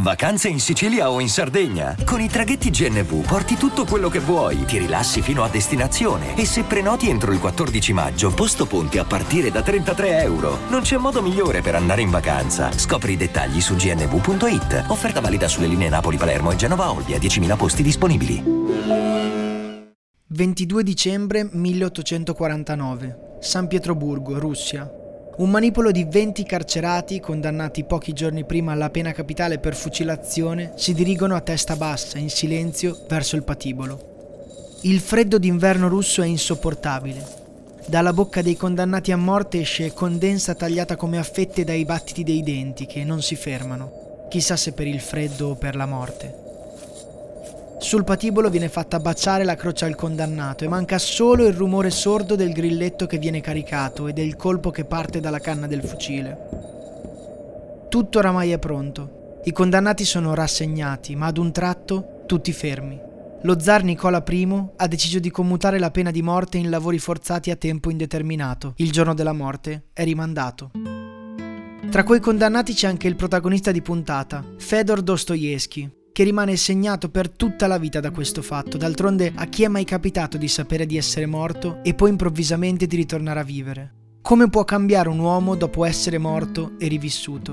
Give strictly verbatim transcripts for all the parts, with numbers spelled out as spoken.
Vacanze in Sicilia o in Sardegna? Con i traghetti G N V porti tutto quello che vuoi, ti rilassi fino a destinazione e se prenoti entro il quattordici maggio, posto ponti a partire da trentatré euro. Non c'è modo migliore per andare in vacanza. Scopri i dettagli su g n v punto i t. Offerta valida sulle linee Napoli-Palermo e Genova-Olbia, diecimila posti disponibili. ventidue dicembre milleottocentoquarantanove, San Pietroburgo, Russia. Un manipolo di venti carcerati, condannati pochi giorni prima alla pena capitale per fucilazione, si dirigono a testa bassa, in silenzio, verso il patibolo. Il freddo d'inverno russo è insopportabile. Dalla bocca dei condannati a morte esce condensa tagliata come a fette dai battiti dei denti che non si fermano, chissà se per il freddo o per la morte. Sul patibolo viene fatta baciare la croce al condannato e manca solo il rumore sordo del grilletto che viene caricato e del colpo che parte dalla canna del fucile. Tutto oramai è pronto. I condannati sono rassegnati, ma ad un tratto tutti fermi. Lo zar Nicola I ha deciso di commutare la pena di morte in lavori forzati a tempo indeterminato. Il giorno della morte è rimandato. Tra quei condannati c'è anche il protagonista di puntata, Fedor Dostoevskij, che rimane segnato per tutta la vita da questo fatto. D'altronde, a chi è mai capitato di sapere di essere morto e poi improvvisamente di ritornare a vivere? Come può cambiare un uomo dopo essere morto e rivissuto?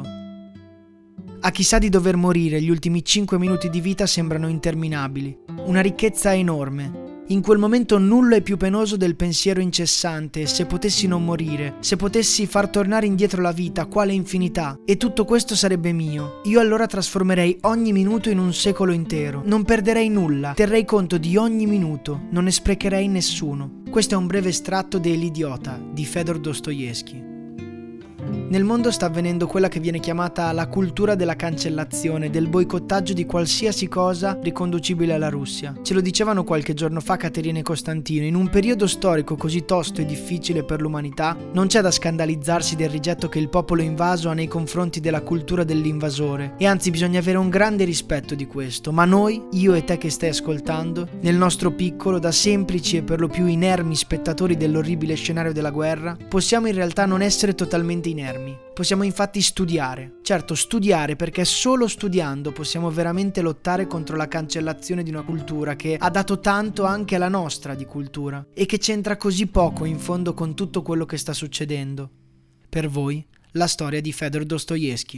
A chi sa di dover morire, gli ultimi cinque minuti di vita sembrano interminabili. Una ricchezza enorme. In quel momento nulla è più penoso del pensiero incessante: se potessi non morire, se potessi far tornare indietro la vita, quale infinità, e tutto questo sarebbe mio. Io allora trasformerei ogni minuto in un secolo intero, non perderei nulla, terrei conto di ogni minuto, non ne sprecherei nessuno. Questo è un breve estratto de L'Idiota di Fedor Dostoevskij. Nel mondo sta avvenendo quella che viene chiamata la cultura della cancellazione, del boicottaggio di qualsiasi cosa riconducibile alla Russia. Ce lo dicevano qualche giorno fa Caterina e Costantino: in un periodo storico così tosto e difficile per l'umanità, non c'è da scandalizzarsi del rigetto che il popolo invaso ha nei confronti della cultura dell'invasore, e anzi bisogna avere un grande rispetto di questo. Ma noi, io e te che stai ascoltando, nel nostro piccolo, da semplici e per lo più inermi spettatori dell'orribile scenario della guerra, possiamo in realtà non essere totalmente inermi. Possiamo infatti studiare. Certo, studiare, perché solo studiando possiamo veramente lottare contro la cancellazione di una cultura che ha dato tanto anche alla nostra di cultura e che c'entra così poco in fondo con tutto quello che sta succedendo. Per voi, la storia di Fedor Dostoevskij.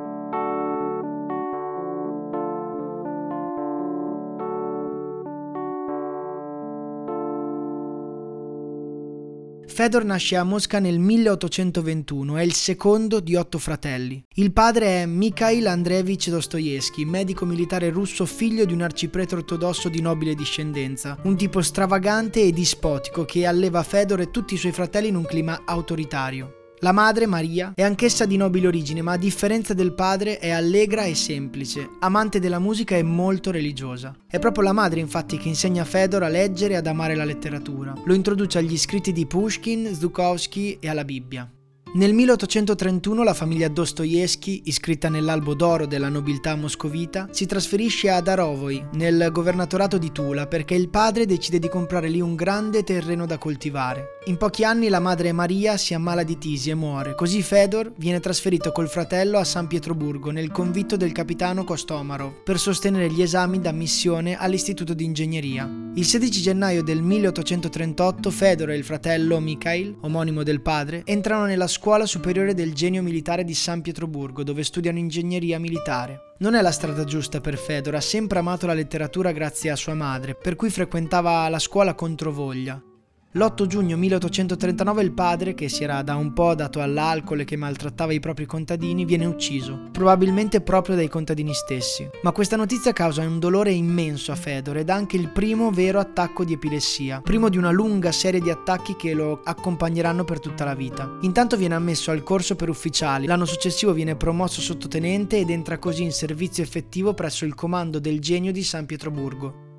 Fedor nasce a Mosca nel milleottocentoventuno, è il secondo di otto fratelli. Il padre è Mikhail Andreevich Dostoevskij, medico militare russo, figlio di un arciprete ortodosso di nobile discendenza, un tipo stravagante e dispotico che alleva Fedor e tutti i suoi fratelli in un clima autoritario. La madre, Maria, è anch'essa di nobile origine, ma a differenza del padre è allegra e semplice, amante della musica e molto religiosa. È proprio la madre, infatti, che insegna a Fedor a leggere e ad amare la letteratura. Lo introduce agli scritti di Pushkin, Zhukovsky e alla Bibbia. Nel milleottocentotrentuno la famiglia Dostoevskij, iscritta nell'albo d'oro della nobiltà moscovita, si trasferisce a Darovoi, nel governatorato di Tula, perché il padre decide di comprare lì un grande terreno da coltivare. In pochi anni la madre Maria si ammala di tisi e muore, così Fedor viene trasferito col fratello a San Pietroburgo, nel convitto del capitano Kostomarov, per sostenere gli esami d'ammissione all'istituto di ingegneria. Il sedici gennaio del milleottocentotrentotto Fedor e il fratello Mikhail, omonimo del padre, entrano nella Scuola Superiore del Genio Militare di San Pietroburgo, dove studiano ingegneria militare. Non è la strada giusta per Fedor, ha sempre amato la letteratura grazie a sua madre, per cui frequentava la scuola controvoglia. L'otto giugno milleottocentotrentanove il padre, che si era da un po' dato all'alcol e che maltrattava i propri contadini, viene ucciso, probabilmente proprio dai contadini stessi. Ma questa notizia causa un dolore immenso a Fedor ed anche il primo vero attacco di epilessia, primo di una lunga serie di attacchi che lo accompagneranno per tutta la vita. Intanto viene ammesso al corso per ufficiali, l'anno successivo viene promosso sottotenente ed entra così in servizio effettivo presso il comando del Genio di San Pietroburgo.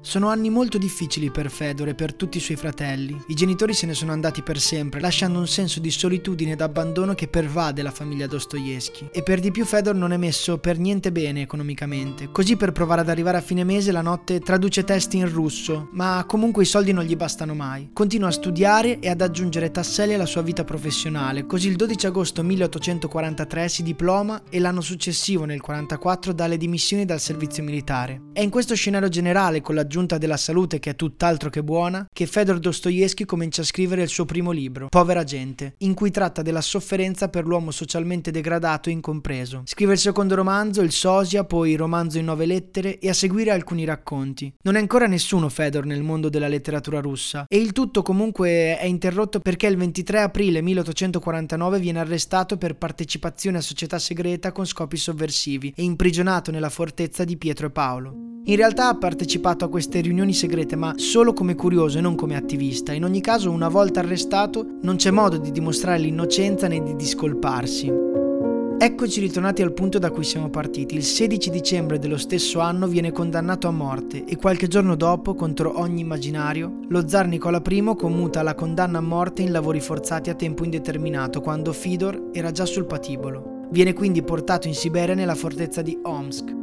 Sono anni molto difficili per Fedor e per tutti i suoi fratelli. I genitori se ne sono andati per sempre, lasciando un senso di solitudine ed abbandono che pervade la famiglia Dostoevskij. E per di più Fedor non è messo per niente bene economicamente. Così, per provare ad arrivare a fine mese, la notte traduce testi in russo, ma comunque i soldi non gli bastano mai. Continua a studiare e ad aggiungere tasselli alla sua vita professionale. Così il dodici agosto milleottocentoquarantatré si diploma e l'anno successivo, nel quarantaquattro, dà le dimissioni dal servizio militare. È in questo scenario generale, con la giunta della salute che è tutt'altro che buona, che Fedor Dostoevskij comincia a scrivere il suo primo libro, Povera gente, in cui tratta della sofferenza per l'uomo socialmente degradato e incompreso. Scrive il secondo romanzo, il Sosia, poi il romanzo in nove lettere e a seguire alcuni racconti. Non è ancora nessuno Fedor nel mondo della letteratura russa, e il tutto comunque è interrotto perché il ventitré aprile milleottocentoquarantanove viene arrestato per partecipazione a società segreta con scopi sovversivi e imprigionato nella fortezza di Pietro e Paolo. In realtà ha partecipato a queste riunioni segrete, ma solo come curioso e non come attivista. In ogni caso, una volta arrestato, non c'è modo di dimostrare l'innocenza né di discolparsi. Eccoci ritornati al punto da cui siamo partiti. Il sedici dicembre dello stesso anno viene condannato a morte e qualche giorno dopo, contro ogni immaginario, lo zar Nicola I commuta la condanna a morte in lavori forzati a tempo indeterminato, quando Fedor era già sul patibolo. Viene quindi portato in Siberia nella fortezza di Omsk.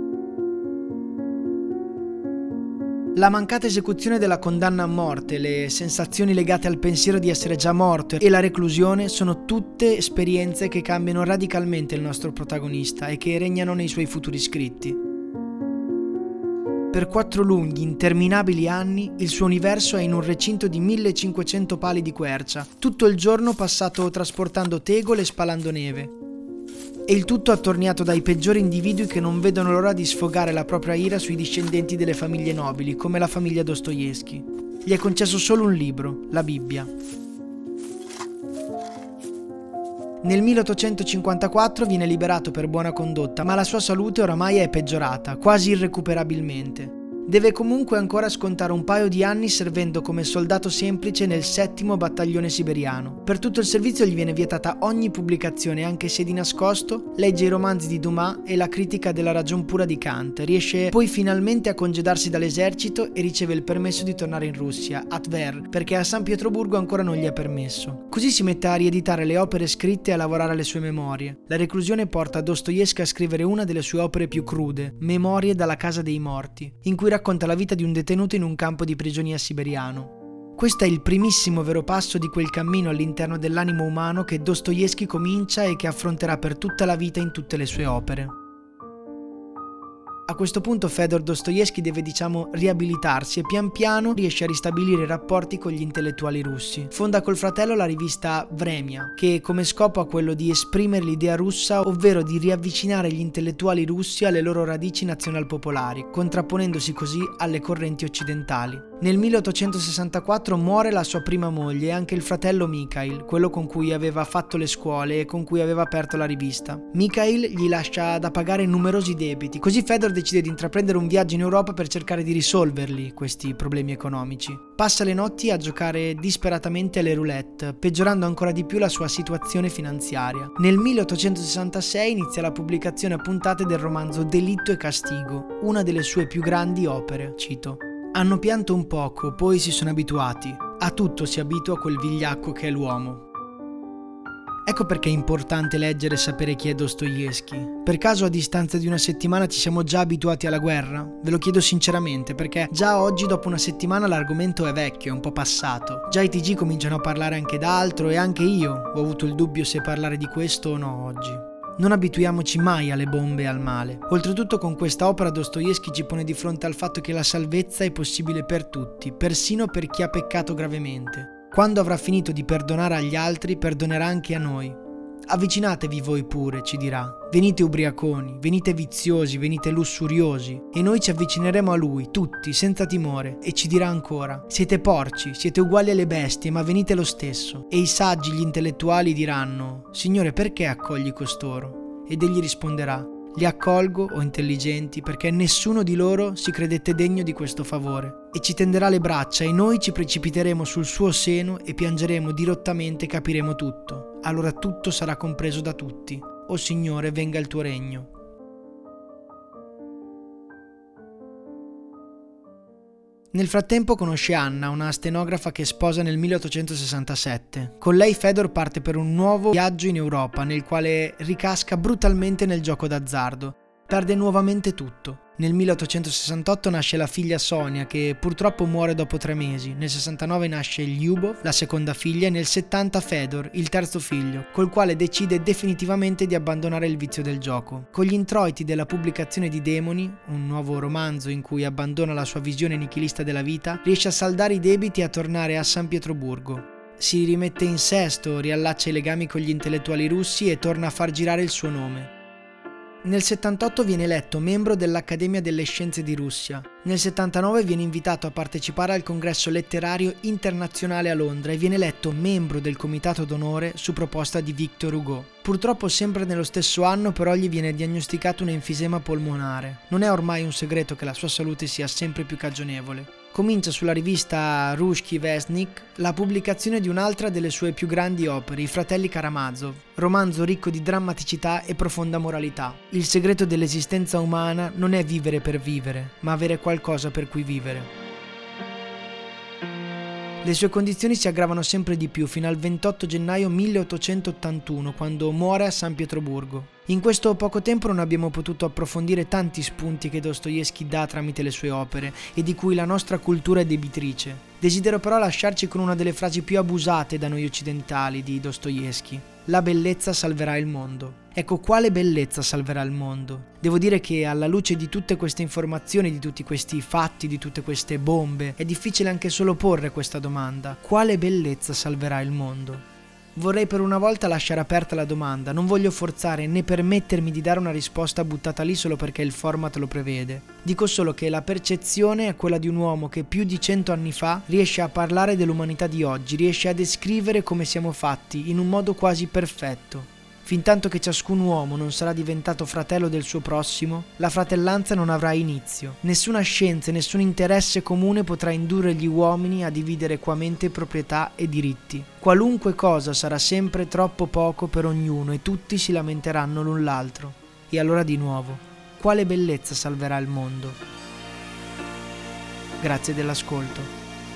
La mancata esecuzione della condanna a morte, le sensazioni legate al pensiero di essere già morto e la reclusione sono tutte esperienze che cambiano radicalmente il nostro protagonista e che regnano nei suoi futuri scritti. Per quattro lunghi, interminabili anni, il suo universo è in un recinto di millecinquecento pali di quercia, tutto il giorno passato trasportando tegole e spalando neve. E il tutto attorniato dai peggiori individui che non vedono l'ora di sfogare la propria ira sui discendenti delle famiglie nobili, come la famiglia Dostoevskij. Gli è concesso solo un libro, la Bibbia. Nel milleottocentocinquantaquattro viene liberato per buona condotta, ma la sua salute oramai è peggiorata, quasi irrecuperabilmente. Deve comunque ancora scontare un paio di anni servendo come soldato semplice nel settimo battaglione siberiano. Per tutto il servizio gli viene vietata ogni pubblicazione, anche se di nascosto legge i romanzi di Dumas e la critica della ragion pura di Kant. Riesce poi finalmente a congedarsi dall'esercito e riceve il permesso di tornare in Russia, a Tver, perché a San Pietroburgo ancora non gli è permesso. Così si mette a rieditare le opere scritte e a lavorare alle sue memorie. La reclusione porta Dostoevskij a scrivere una delle sue opere più crude, Memorie dalla casa dei morti, in cui racconta la vita di un detenuto in un campo di prigionia siberiano. Questo è il primissimo vero passo di quel cammino all'interno dell'animo umano che Dostoevskij comincia e che affronterà per tutta la vita in tutte le sue opere. A questo punto Fedor Dostoevskij deve, diciamo, riabilitarsi e pian piano riesce a ristabilire i rapporti con gli intellettuali russi. Fonda col fratello la rivista Vremya, che come scopo ha quello di esprimere l'idea russa, ovvero di riavvicinare gli intellettuali russi alle loro radici nazionalpopolari, contrapponendosi così alle correnti occidentali. Nel milleottocentosessantaquattro muore la sua prima moglie e anche il fratello Mikhail, quello con cui aveva fatto le scuole e con cui aveva aperto la rivista. Mikhail gli lascia da pagare numerosi debiti, così Fedor decide di intraprendere un viaggio in Europa per cercare di risolverli questi problemi economici. Passa le notti a giocare disperatamente alle roulette, peggiorando ancora di più la sua situazione finanziaria. Nel milleottocentosessantasei inizia la pubblicazione a puntate del romanzo Delitto e castigo, una delle sue più grandi opere, cito. Hanno pianto un poco, poi si sono abituati. A tutto si abitua quel vigliacco che è l'uomo. Ecco perché è importante leggere e sapere chi è Dostoevskij. Per caso a distanza di una settimana ci siamo già abituati alla guerra? Ve lo chiedo sinceramente, perché già oggi, dopo una settimana, l'argomento è vecchio, è un po' passato. Già i T G cominciano a parlare anche d'altro e anche io ho avuto il dubbio se parlare di questo o no oggi. Non abituiamoci mai alle bombe e al male. Oltretutto, con questa opera Dostoevskij ci pone di fronte al fatto che la salvezza è possibile per tutti, persino per chi ha peccato gravemente. Quando avrà finito di perdonare agli altri, perdonerà anche a noi. Avvicinatevi voi pure, ci dirà. Venite ubriaconi, venite viziosi, venite lussuriosi, e noi ci avvicineremo a lui, tutti, senza timore, e ci dirà ancora: siete porci, siete uguali alle bestie, ma venite lo stesso. E i saggi, gli intellettuali diranno: Signore, perché accogli costoro? Ed egli risponderà: li accolgo, o intelligenti, perché nessuno di loro si credette degno di questo favore. E ci tenderà le braccia e noi ci precipiteremo sul suo seno e piangeremo dirottamente e capiremo tutto. Allora tutto sarà compreso da tutti. O Signore, venga il tuo regno. Nel frattempo conosce Anna, una stenografa che sposa nel milleottocentosessantasette. Con lei Fedor parte per un nuovo viaggio in Europa, nel quale ricasca brutalmente nel gioco d'azzardo. Perde nuovamente tutto. Nel milleottocentosessantotto nasce la figlia Sonia, che purtroppo muore dopo tre mesi. Nel sessantanove nasce Lyubov, la seconda figlia, e nel settanta Fedor, il terzo figlio, col quale decide definitivamente di abbandonare il vizio del gioco. Con gli introiti della pubblicazione di Demoni, un nuovo romanzo in cui abbandona la sua visione nichilista della vita, riesce a saldare i debiti e a tornare a San Pietroburgo. Si rimette in sesto, riallaccia i legami con gli intellettuali russi e torna a far girare il suo nome. Nel settantotto viene eletto membro dell'Accademia delle Scienze di Russia. Nel settantanove viene invitato a partecipare al congresso letterario internazionale a Londra e viene eletto membro del comitato d'onore su proposta di Victor Hugo. Purtroppo sempre nello stesso anno però gli viene diagnosticato un enfisema polmonare. Non è ormai un segreto che la sua salute sia sempre più cagionevole. Comincia sulla rivista Ruski Vestnik la pubblicazione di un'altra delle sue più grandi opere, I Fratelli Karamazov, romanzo ricco di drammaticità e profonda moralità. Il segreto dell'esistenza umana non è vivere per vivere, ma avere qualcosa per cui vivere. Le sue condizioni si aggravano sempre di più fino al ventotto gennaio milleottocentottantuno, quando muore a San Pietroburgo. In questo poco tempo non abbiamo potuto approfondire tanti spunti che Dostoevskij dà tramite le sue opere e di cui la nostra cultura è debitrice. Desidero però lasciarci con una delle frasi più abusate da noi occidentali di Dostoevskij: la bellezza salverà il mondo. Ecco, quale bellezza salverà il mondo? Devo dire che alla luce di tutte queste informazioni, di tutti questi fatti, di tutte queste bombe, è difficile anche solo porre questa domanda: quale bellezza salverà il mondo? Vorrei per una volta lasciare aperta la domanda, non voglio forzare né permettermi di dare una risposta buttata lì solo perché il format lo prevede. Dico solo che la percezione è quella di un uomo che più di cento anni fa riesce a parlare dell'umanità di oggi, riesce a descrivere come siamo fatti in un modo quasi perfetto. Fintanto che ciascun uomo non sarà diventato fratello del suo prossimo, la fratellanza non avrà inizio. Nessuna scienza e nessun interesse comune potrà indurre gli uomini a dividere equamente proprietà e diritti. Qualunque cosa sarà sempre troppo poco per ognuno e tutti si lamenteranno l'un l'altro. E allora di nuovo, quale bellezza salverà il mondo? Grazie dell'ascolto.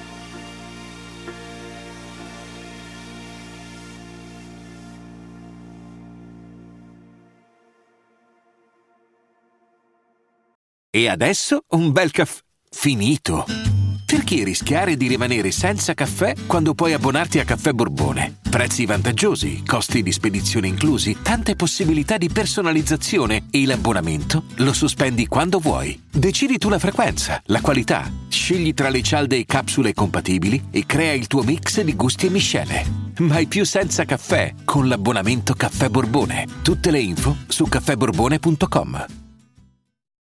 E adesso un bel caffè finito. Perché rischiare di rimanere senza caffè quando puoi abbonarti a Caffè Borbone? Prezzi vantaggiosi, costi di spedizione inclusi, tante possibilità di personalizzazione e l'abbonamento lo sospendi quando vuoi. Decidi tu la frequenza, la qualità, scegli tra le cialde e capsule compatibili e crea il tuo mix di gusti e miscele. Mai più senza caffè con l'abbonamento Caffè Borbone. Tutte le info su caffè borbone punto com.